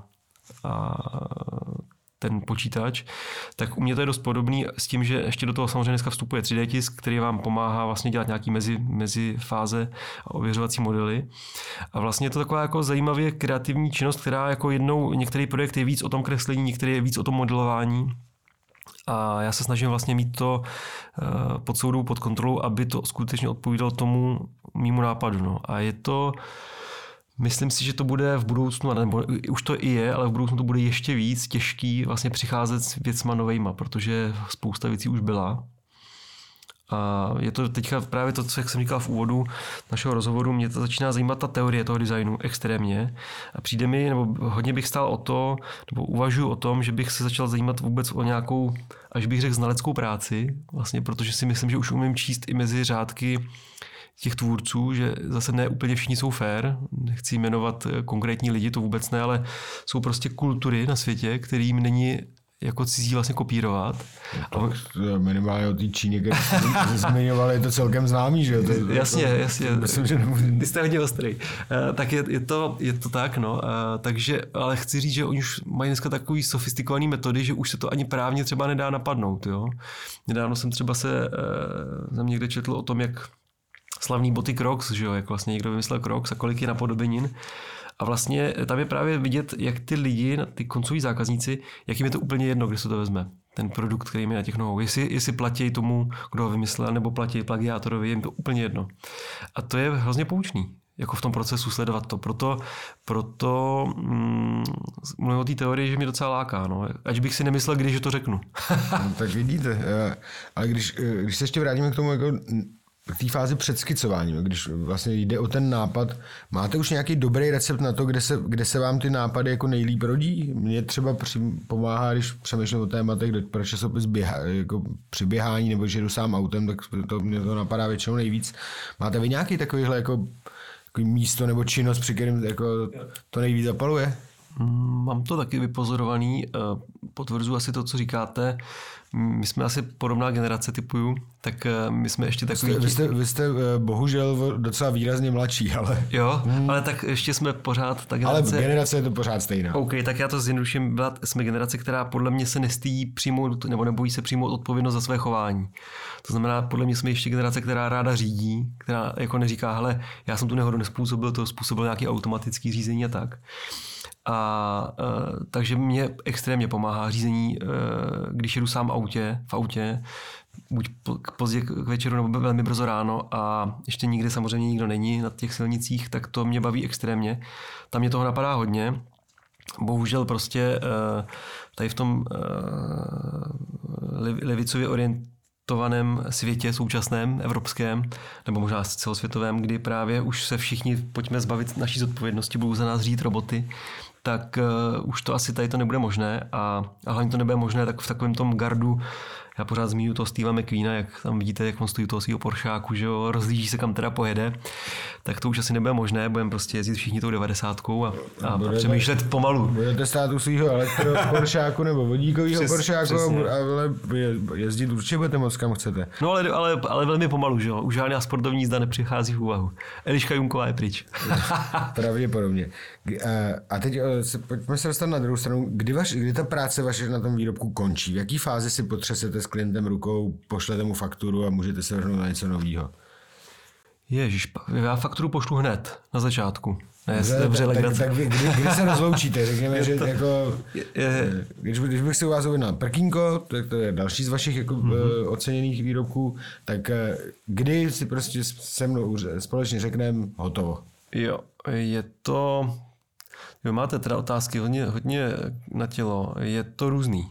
ten počítač, tak u mě to je dost podobný s tím, že ještě do toho samozřejmě dneska vstupuje 3D tisk, který vám pomáhá vlastně dělat nějaký mezi fáze a ověřovací modely. A vlastně je to taková jako zajímavě kreativní činnost, která jako některý projekt je víc o tom kreslení, některý je víc o tom modelování. A já se snažím vlastně mít to pod soudou, pod kontrolou, aby to skutečně odpovídalo tomu mýmu nápadu. No. A je to, myslím si, že to bude v budoucnu, nebo už to i je, ale v budoucnu to bude ještě víc těžký vlastně přicházet s věcma novejma, protože spousta věcí už byla. A je to teďka právě to, co jak jsem říkal v úvodu našeho rozhovoru, mě to začíná zajímat ta teorie toho designu extrémně. A přijde mi, nebo hodně bych stál o to, nebo uvažuji o tom, že bych se začal zajímat vůbec o nějakou, až bych řekl, znaleckou práci, vlastně, protože si myslím, že už umím číst i mezi řádky těch tvůrců, že zase ne úplně všichni jsou fair, nechci jmenovat konkrétní lidi, to vůbec ne, ale jsou prostě kultury na světě, kterým není jako cizí vlastně kopírovat. Minimálně o té Číně, když jsme zmiňovali, je to celkem známý, že? Jasně. Myslím, že nemůžu. Ty jste hodně ostrý. Tak je to tak, no. Takže, ale chci říct, že oni už mají dneska takový sofistikovaný metody, že už se to ani právně třeba nedá napadnout, jo. Nedávno jsem třeba jsem někde četl o tom, jak slavný boty Crocs, že jo, jak vlastně někdo vymyslel Crocs a kolik je napodobenin. A vlastně tam je právě vidět, jak ty lidi, ty koncoví zákazníci, jak jim je to úplně jedno, kde se to vezme. Ten produkt, který je na těch nohou. Jestli platí tomu, kdo ho vymyslel, nebo platí plagiátorovi, je jim to úplně jedno. A to je hrozně poučný, jako v tom procesu sledovat to. Proto mluvím o té teorii, že mě docela láká. No. Ať bych si nemyslel, když to řeknu. No, tak vidíte. Ale když se ještě vrátíme k tomu, jako k té fázi předskicování, když vlastně jde o ten nápad, máte už nějaký dobrý recept na to, kde se vám ty nápady jako nejlíp rodí? Mně třeba pomáhá, když přemýšlím o tématech, pro časopis jako při běhání nebo že jdu sám autem, tak mě to napadá většinou nejvíc. Máte vy nějaký takovýhle jako místo nebo činnost, při kterém jako to nejvíc zapaluje? Mám to taky vypozorovaný, potvrzuji asi to, co říkáte. My jsme asi podobná generace, typuju, tak my jsme ještě takový... Vy jste bohužel docela výrazně mladší, ale... Jo, ale tak ještě jsme pořád ta generace... Ale generace je to pořád stejná. OK, tak já to zjednoduším. Jsme generace, která podle mě se nestýjí přijmout, nebo nebojí se přijmout odpovědnost za své chování. To znamená, podle mě jsme ještě generace, která ráda řídí, která jako neříká, hele, já jsem tu nehodu nespůsobil, to způsobil nějaký automatický řízení a tak. Takže mě extrémně pomáhá řízení, když jedu sám v autě, buď pozdě k večeru nebo velmi brzo ráno a ještě nikdy samozřejmě nikdo není na těch silnicích, tak to mě baví extrémně. Tam mě toho napadá hodně. bohužel prostě tady v tom levicově orientovaném světě současném, evropském, nebo možná celosvětovém, kdy právě už se všichni pojďme zbavit naší zodpovědnosti, budou za nás řídit roboty, tak už to asi tady to nebude možné a hlavně to nebude možné tak v takovém tom gardu. Já pořád zmíním toho Steva McQueena, jak tam vidíte, jak on stojí u toho svého Poršáku, že jo, rozlíží se, kam teda pojede, tak to už asi nebude možné, budeme prostě jezdit všichni tou 90 a přemýšlet pomalu. Budete stát u svého Poršáku nebo vodíkového Poršáku ale jezdit určitě budete moc, kam chcete. No ale velmi pomalu, že jo, už žádná sportovní jízda nepřichází v úvahu. Eliška Junková je pryč. Pravděpodobně. A teď pojďme se dostat na druhou stranu. Kdy ta práce vaše na tom výrobku končí? V jaký fázi si potřesete s klientem rukou, pošlete mu fakturu a můžete se vrhnout na něco nového? Ježiš, já fakturu pošlu hned, na začátku. Tak kdy se rozloučíte? Řekněme, že jako, když bych si u vás objednal prkínko, tak to je další z vašich jako, oceněných výrobků, tak kdy si prostě se mnou společně řekneme hotovo? Jo, je to... Vy máte teda otázky hodně na tělo. Je to různý.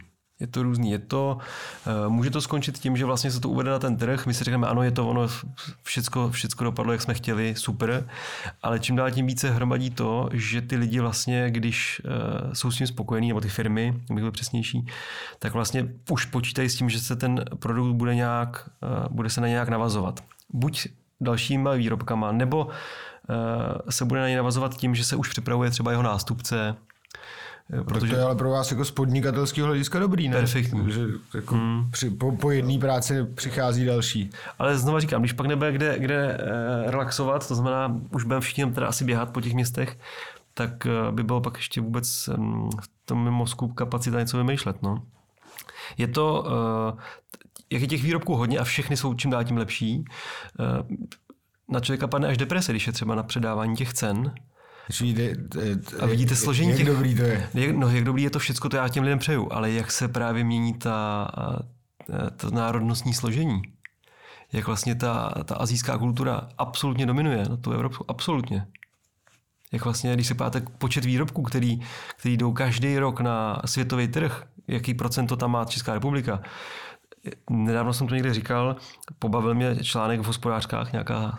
Může to skončit tím, že vlastně se to uvede na ten trh, my si řekneme, ano, je to ono, všecko dopadlo, jak jsme chtěli, super, ale čím dál tím více hromadí to, že ty lidi vlastně, když jsou s tím spokojení, nebo ty firmy, abych byl přesnější, tak vlastně už počítají s tím, že se ten produkt bude se na nějak navazovat. Buď dalšíma výrobkama, nebo se bude na něj navazovat tím, že se už připravuje třeba jeho nástupce. Protože to je ale pro vás jako z podnikatelského hlediska dobrý, ne? Perfektní. Že jako po jedné práci přichází další. Ale znova říkám, když pak nebude kde relaxovat, to znamená, už budeme všichni teda asi běhat po těch městech, tak by bylo pak ještě vůbec v tom mozku kapacita něco vymýšlet. No. Je to, jak je těch výrobků hodně a všechny jsou čím dál tím lepší, na člověka padne až deprese, když je třeba na předávání těch cen. A vidíte složení jak dobrý to je. Jak dobrý je to všecko, to já těm lidem přeju, ale jak se právě mění ta národnostní složení. Jak vlastně ta asijská kultura absolutně dominuje na tu Evropu. Absolutně. Jak vlastně, když se podíváte počet výrobků, který jdou každý rok na světový trh, jaký procento tam má Česká republika. Nedávno jsem to někde říkal, pobavil mě článek v Hospodářkách, nějaká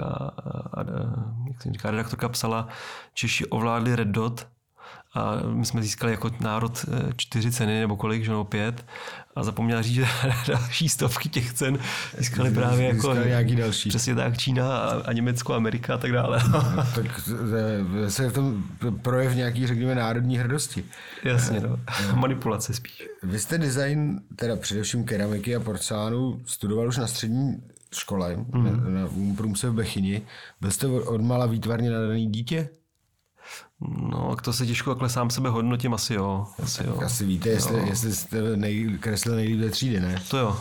jak se říká, redaktorka psala, Češi ovládli Red Dot a my jsme získali jako národ 4 ceny nebo kolik, že no 5 a zapomněla říct, že další stovky těch cen získali právě jako nějaký další. Přesně tak, Čína a Německo, Amerika a tak dále. Tak se v tom projev nějaký, řekněme, národní hrdosti. Jasně, no. Manipulace spíš. Vy jste design, teda především keramiky a porcelánu, studoval už na střední škole, na Průmce v Bechyni. Byl jste odmala výtvarně nadaný dítě? No, to se těžko takhle sám sebe hodnotím, asi jo. Asi víte, jestli jste kreslil nejlíp ze třídy, ne? To jo.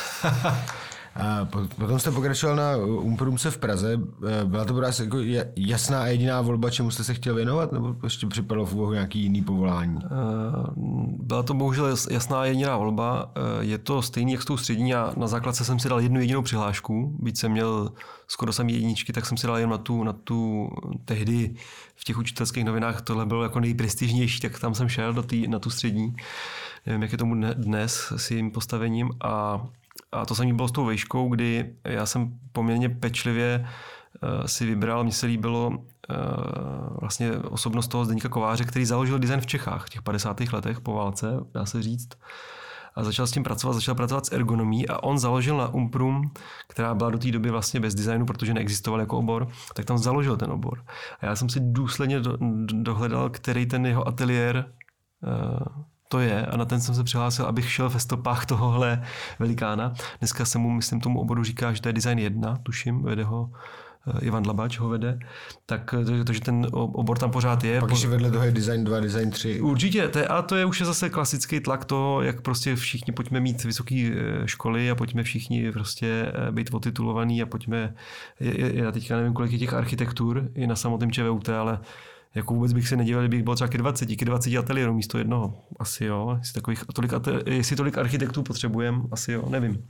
A potom jste pokračoval na Průmce v Praze. Byla to pro vás jako jasná a jediná volba, čemu jste se chtěl věnovat, nebo ještě připadlo v úvahu nějaký jiný povolání? Byla to bohužel jasná a jediná volba. Je to stejný jak s tou střední. Já na základce jsem si dal jednu jedinou přihlášku. Byť jsem měl skoro samý jedničky, tak jsem si dal jen na tu tehdy v těch učitelských novinách tohle bylo jako nejprestižnější, tak tam jsem šel na tu střední. Nevím, jak je tomu dnes s jejím postavením a to samé bylo s tou vejškou, kdy já jsem poměrně pečlivě si vybral, mně se líbilo vlastně osobnost toho Zdeňka Kováře, který založil design v Čechách v těch 50. letech po válce, dá se říct. A začal pracovat s ergonomií a on založil na Umprum, která byla do té doby vlastně bez designu, protože neexistoval jako obor, tak tam založil ten obor. A já jsem si důsledně dohledal, který ten jeho ateliér to je a na ten jsem se přihlásil, abych šel ve stopách tohohle velikána. Dneska se mu, myslím, tomu oboru říká, že to je design 1, tuším, vede ho Ivan Dlabač ho vede, takže ten obor tam pořád je. Pak ještě vedle toho je design 2, design 3. Určitě, to je už zase klasický tlak toho, jak prostě všichni pojďme mít vysoké školy a pojďme všichni prostě být otitulovaný a pojďme, já teďka nevím, kolik je těch architektur i na samotném ČVUT, ale jako vůbec bych se nedíval, kdybych byl třeba ke 20 ateliérů místo jednoho. Asi jo, jestli tolik architektů potřebujeme, asi jo, nevím.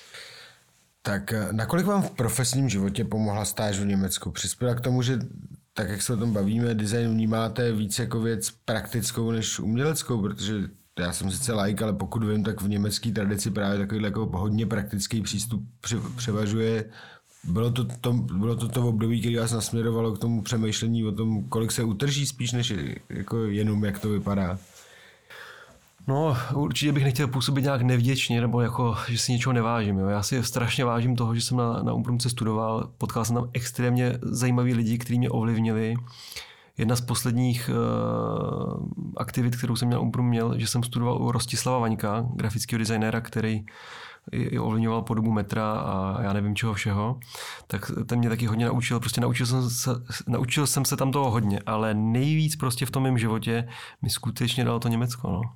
Tak nakolik vám v profesním životě pomohla stáž v Německu? Přispěla k tomu, že tak jak se o tom bavíme, design vnímáte víc jako věc praktickou než uměleckou, protože já jsem sice laik, ale pokud vím, tak v německé tradici právě takový jako hodně praktický přístup převažuje. Bylo to období, který vás nasměrovalo k tomu přemýšlení o tom, kolik se utrží spíš, než jako jenom jak to vypadá? No, určitě bych nechtěl působit nějak nevděčně, nebo jako, že si něčeho nevážím. Jo. Já si strašně vážím toho, že jsem na Umbrumce studoval. Potkal jsem tam extrémně zajímaví lidi, kteří mě ovlivnili. Jedna z posledních aktivit, kterou jsem měl Umbrum, že jsem studoval u Rostislava Vaňka, grafického designéra, který ovlivňoval podobu metra a já nevím čeho všeho, tak ten mě taky hodně naučil. Prostě naučil jsem se tam toho hodně, ale nejvíc prostě v tom mém životě mi skutečně dalo to Německo. No.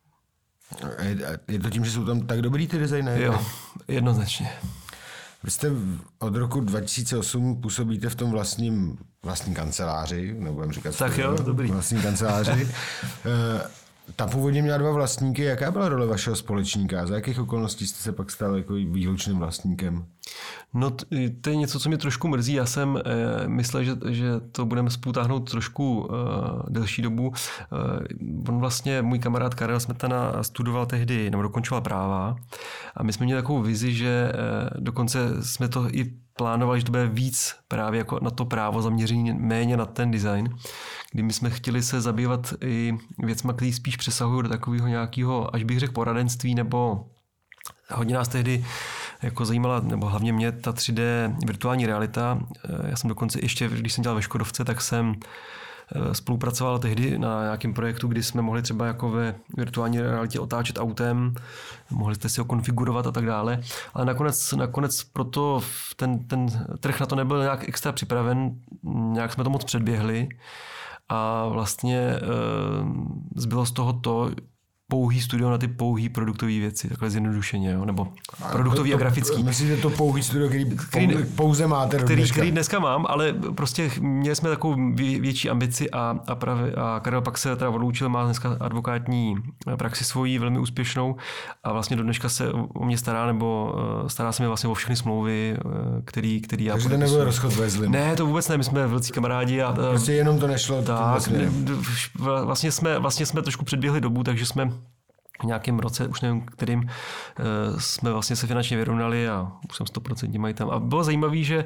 Je to tím, že jsou tam tak dobrý ty designéry? Jo, jednoznačně. Vy jste od roku 2008 působíte v tom vlastní kanceláři, nebudem říkat... Tak jo, dobrý. Vlastní kanceláři. Ta původně měla 2 vlastníky. Jaká byla role vašeho společníka? Za jakých okolností jste se pak stal jako výlučným vlastníkem? No to je něco, co mě trošku mrzí. Já jsem myslel, že to budeme spolu táhnout trošku delší dobu. On vlastně, můj kamarád Karel Smetana studoval tehdy, nebo dokončoval práva a my jsme měli takovou vizi, že dokonce jsme to i plánovali, že to bude víc právě jako na to právo zaměření, méně na ten design, kdy my jsme chtěli se zabývat i věcma, které spíš přesahují do takového nějakého, až bych řekl, poradenství, nebo hodně nás tehdy jako zajímala, nebo hlavně mě, ta 3D virtuální realita. Já jsem dokonce ještě, když jsem dělal ve Škodovce, tak jsem spolupracoval tehdy na nějakém projektu, kdy jsme mohli třeba jako ve virtuální realitě otáčet autem, mohli jste si ho konfigurovat a tak dále, ale nakonec proto ten trh na to nebyl nějak extra připraven, nějak jsme to moc předběhli a vlastně zbylo z toho to, pouhý studio na ty pouhý produktové věci, takhle zjednodušeně, jo? Nebo produktový a grafický. Myslíte to pouhý studio, který pouze máte do dneška? Který dneska mám, ale prostě měli jsme takovou větší ambici a Karel pak se teda odloučil, má dneska advokátní praxi svojí, velmi úspěšnou a vlastně do dneška se o mě stará, nebo stará se mi vlastně o všechny smlouvy, který já... Takže to nebyl rozchod ve zlým. Ne, to vůbec ne, my jsme velcí kamarádi. Prostě jenom to nešlo. Tak, vlastně jsme trošku předběhli dobu, takže jsme v nějakém roce, už nevím kterým, jsme vlastně se finančně vyrovnali a už jsem 100% majitel. A bylo zajímavé, že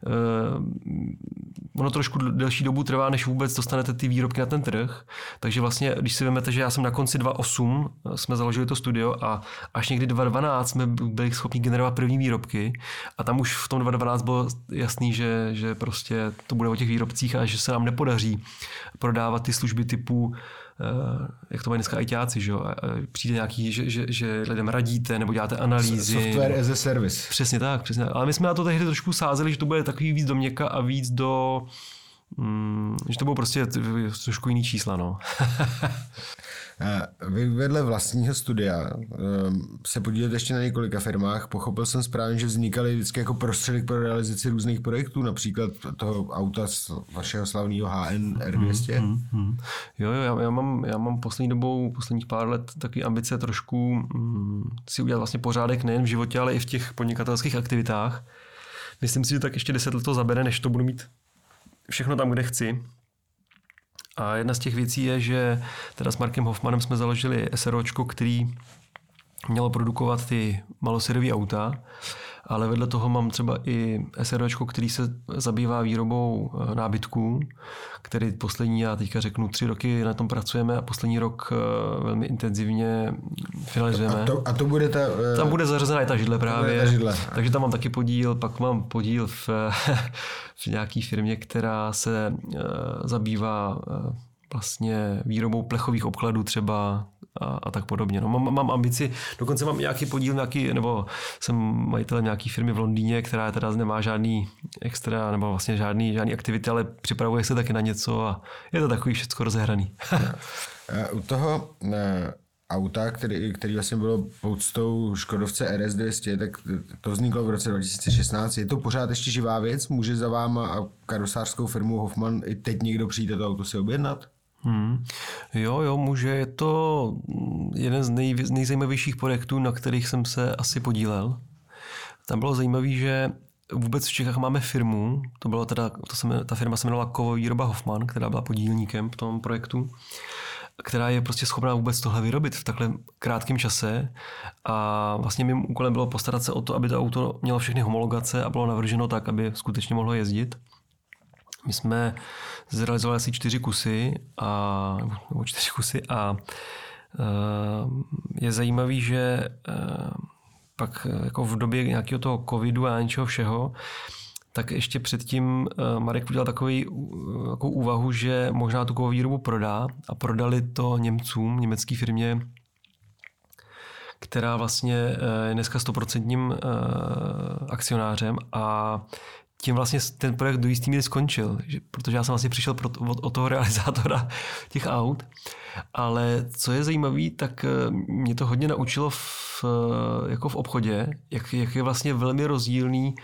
ono trošku delší dobu trvá, než vůbec dostanete ty výrobky na ten trh. Takže vlastně, když si vezmete, že já jsem na konci 2008 jsme založili to studio a až někdy 2012 jsme byli schopni generovat první výrobky a tam už v tom 2012 bylo jasný, že prostě to bude o těch výrobcích a že se nám nepodaří prodávat ty služby typu jak to mají dneska ITáci, že jo? Přijde nějaký, že lidem radíte nebo děláte analýzy. Software as a service. Přesně tak, přesně. Ale my jsme na to tehdy trošku sázeli, že to bude takový víc do měka a víc do... že to bylo prostě trošku jiný čísla, no. Vy vedle vlastního studia se podílíte ještě na několika firmách. Pochopil jsem správně, že vznikaly vždycky jako prostředek pro realizaci různých projektů, například toho auta z vašeho slavného HN R200. Jo, já mám posledních pár let taky ambice trošku si udělat vlastně pořádek nejen v životě, ale i v těch podnikatelských aktivitách. Myslím si, že tak ještě 10 let to zabere, než to budu mít všechno tam, kde chci. A jedna z těch věcí je, že teda s Markem Hoffmanem jsme založili SROčko, který mělo produkovat ty malosériové auta, ale vedle toho mám třeba i SROčko, který se zabývá výrobou nábytků, který poslední, já teďka řeknu, 3 roky na tom pracujeme a poslední rok velmi intenzivně finalizujeme. A to bude ta... Tam bude zařazená i ta židle právě. Ta židle. Takže tam mám taky podíl, pak mám podíl v nějaké firmě, která se zabývá vlastně výrobou plechových obkladů třeba a tak podobně. No, mám ambici, dokonce mám nějaký podíl, nebo jsem majitelem nějaký firmy v Londýně, která teda nemá žádný extra, nebo vlastně žádný aktivity, ale připravuje se taky na něco a je to takový všecko rozehraný. U toho auta, který vlastně bylo půdstou Škodovce RS200, tak to vzniklo v roce 2016. Je to pořád ještě živá věc? Může za váma a karosářskou firmu Hoffman i teď někdo přijde to auto si objednat? Jo, může. Je to jeden z nejzajímavějších projektů, na kterých jsem se asi podílel. Tam bylo zajímavé, že vůbec v Čechách máme firmu, ta firma se jmenovala Kovovýroba Hoffman, která byla podílníkem v tom projektu, která je prostě schopná vůbec tohle vyrobit v takhle krátkém čase a vlastně mým úkolem bylo postarat se o to, aby to auto mělo všechny homologace a bylo navrženo tak, aby skutečně mohlo jezdit. My jsme zrealizovali asi 4 kusy a je zajímavý, že pak jako v době nějakého toho covidu a něčeho všeho, tak ještě předtím Marek udělal takovou úvahu, že možná tu kovovýrobu prodá a prodali to Němcům, německé firmě, která vlastně je dneska 100% akcionářem a tím vlastně ten projekt do jistý míry skončil, protože já jsem vlastně přišel od toho realizátora těch aut, ale co je zajímavé, tak mě to hodně naučilo jako v obchodě, jak je vlastně velmi rozdílný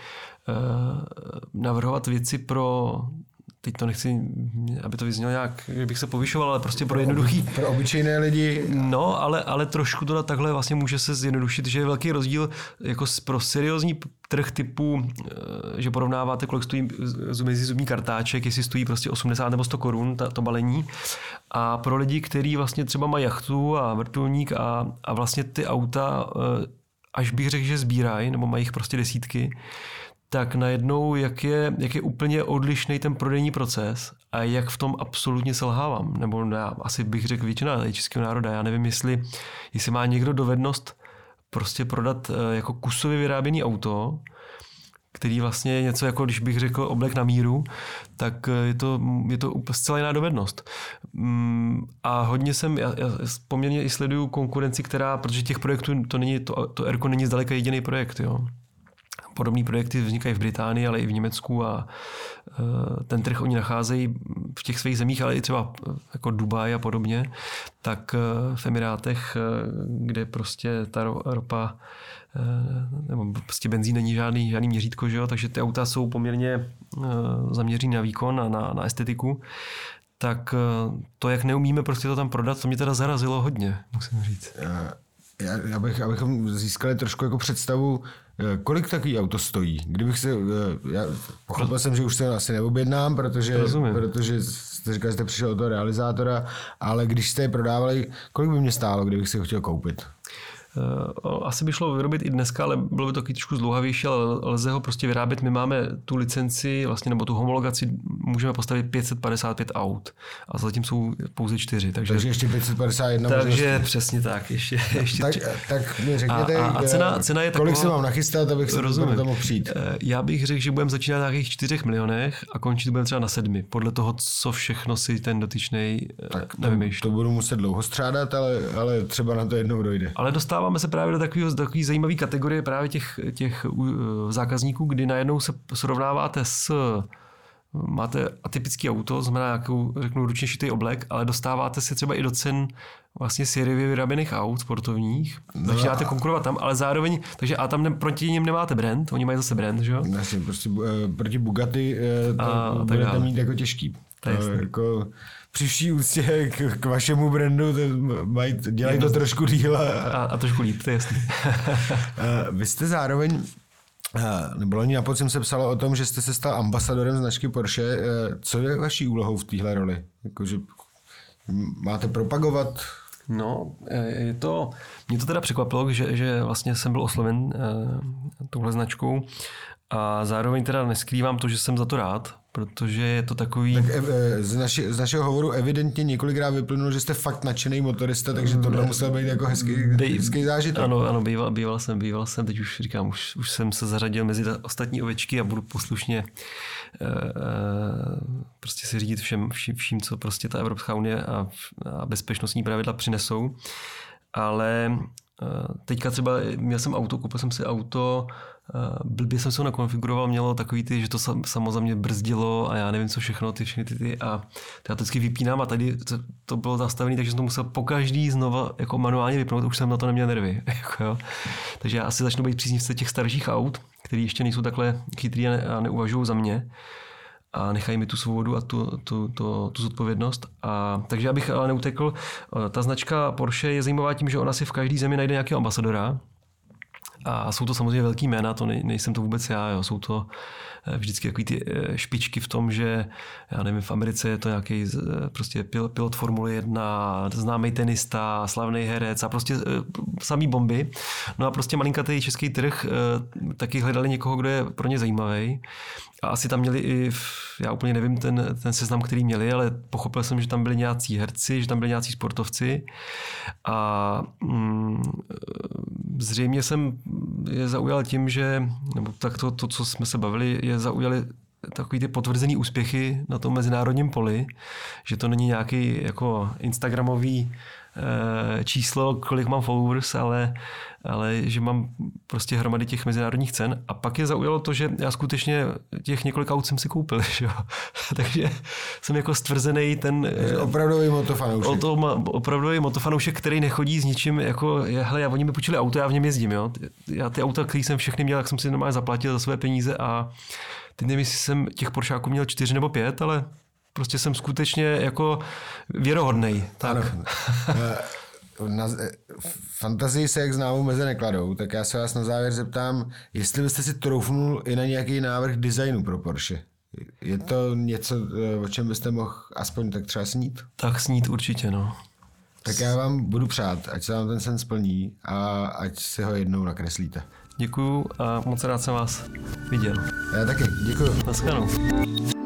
navrhovat věci pro, teď to nechci, aby to vyznělo nějak, že bych se povyšoval, ale prostě pro jednoduchý. Pro obyčejné lidi. No, ale trošku to takhle vlastně může se zjednodušit, že je velký rozdíl jako pro seriózní trh typu, že porovnáváte, kolik stojí mezi zubní kartáček, jestli stojí prostě 80 nebo 100 korun to balení. A pro lidi, kteří vlastně třeba mají jachtu a vrtulník a vlastně ty auta, až bych řekl, že sbírají, nebo mají jich prostě desítky, tak najednou, jak je úplně odlišný ten prodejní proces a jak v tom absolutně selhávám. Nebo já asi bych řekl většina českého národa. Já nevím, jestli má někdo dovednost prostě prodat jako kusově vyráběný auto, který vlastně je něco jako, když bych řekl oblek na míru, tak je to zcela jiná dovednost. A hodně já poměrně i sleduju konkurenci, protože těch projektů to Erko není zdaleka jediný projekt, jo. Podobné projekty vznikají v Británii, ale i v Německu a ten trh oni nacházejí v těch svých zemích, ale i třeba jako Dubaj a podobně, tak v Emirátech, kde prostě ta ropa nebo prostě benzín není žádný měřítko, že jo? Takže ty auta jsou poměrně zaměřený na výkon a na estetiku, tak to, jak neumíme prostě to tam prodat, to mě teda zarazilo hodně, musím říct. Abychom získali trošku jako představu, kolik takový auto stojí. Já pochopil jsem, že už se asi neobjednám, protože jste říkal, že jste přišel od toho realizátora, ale když jste je prodávali, kolik by mě stálo, kdybych si ho chtěl koupit? Asi by šlo vyrobit i dneska, ale bylo by to trošku zdlouhavější, ale lze ho prostě vyrábět. My máme tu licenci, vlastně, nebo tu homologaci, můžeme postavit 555 aut a zatím jsou pouze 4. Takže ještě 551 Takže možnosti. Přesně tak. Ještě tak mi řekněte, cena je kolik taková, se mám nachystat, abych se tam mohl přijít. Já bych řekl, že budeme začínat na nějakých 4 milionech a končit budeme třeba na 7, podle toho, co všechno si ten dotyčnej nevymýšlí. To budu muset dlouho střádat, ale třeba na to jednou dojde. Ale dostáváme se právě do takové zajímavé kategorie právě těch zákazníků, kdy najednou se srovnáváte máte atypický auto, znamená nějakou, řeknu, ručně šitý oblek, ale dostáváte se třeba i do cen vlastně sériově vyráběných aut sportovních. Začínáte konkurovat tam, ale zároveň, takže a tam proti nim nemáte brand, oni mají zase brand, že jo? Vlastně, prostě proti Bugatti budete mít jako těžký. Jako při vší úctě k vašemu brandu dělají to trošku díl. A trošku líp, to je jasný. Vy jste zároveň, nebo loni na podzim se psalo o tom, že jste se stal ambasadorem značky Porsche. Co je vaší úlohou v téhle roli? Jakože máte propagovat? No, mě to teda překvapilo, že vlastně jsem byl osloven touhle značkou a zároveň teda neskrývám to, že jsem za to rád, protože je to takový... Tak z našeho hovoru evidentně několikrát vyplynulo, že jste fakt nadšený motorista, takže tohle musel být jako hezký zážitek. Ano, býval jsem, teď už říkám, už jsem se zařadil mezi ostatní ovečky a budu poslušně prostě si řídit vším, co prostě ta Evropská unie a bezpečnostní pravidla přinesou. Ale teďka třeba měl jsem auto, koupil jsem si auto, blbě jsem se ho nakonfiguroval, mělo takový ty, že to samozřejmě brzdilo a já nevím co všechno, všechny ty a já to vždycky vypínám a tady to bylo nastavené, takže jsem to musel pokaždý znova jako manuálně vypnout, už jsem na to neměl nervy. Jako jo. Takže já asi začnu být příznivce těch starších aut, který ještě nejsou takhle chytrý a neuvažují za mě a nechají mi tu svobodu a tu zodpovědnost. Takže abych ale neutekl, ta značka Porsche je zajímavá tím, že ona si v každé zemi najde nějakého ambasadora A jsou to samozřejmě velký jména, to nejsem to vůbec já, jo. Jsou to vždycky takový ty špičky v tom, že já nevím, v Americe je to nějaký prostě pilot Formule 1, známý tenista, slavný herec a prostě samý bomby. No a prostě malinkatý český trh taky hledali někoho, kdo je pro ně zajímavý. A asi tam měli já úplně nevím ten seznam, který měli, ale pochopil jsem, že tam byli nějací herci, že tam byli nějací sportovci a zřejmě jsem je zaujal tím, že, nebo tak to, co jsme se bavili, je zaujali takový ty potvrzený úspěchy na tom mezinárodním poli, že to není nějaký jako instagramový číslo, kolik mám followers, ale že mám prostě hromady těch mezinárodních cen. A pak je zaujalo to, že já skutečně těch několik aut jsem si koupil. Že jo? Takže jsem jako stvrzený ten... Opravdový motofanoušek. Opravdový motofanoušek, který nechodí s ničím jako, hele, oni mi půjčili auto, já v něm jezdím. Jo? Já ty auta, který jsem všechny měl, tak jsem si normálně zaplatil za své peníze a teď nevím, jestli jsem těch Poršáků měl 4 nebo 5, ale prostě jsem skutečně jako věrohodnej. Tak. Na fantazii se jak známou meze nekladou, tak já se vás na závěr zeptám, jestli byste si troufnul i na nějaký návrh designu pro Porsche. Je to něco, o čem byste mohl aspoň tak třeba snít? Tak snít určitě, no. Tak já vám budu přát, ať se vám ten sen splní a ať si ho jednou nakreslíte. Děkuju a moc rád jsem vás viděl. Já taky, děkuju. Naschledanou.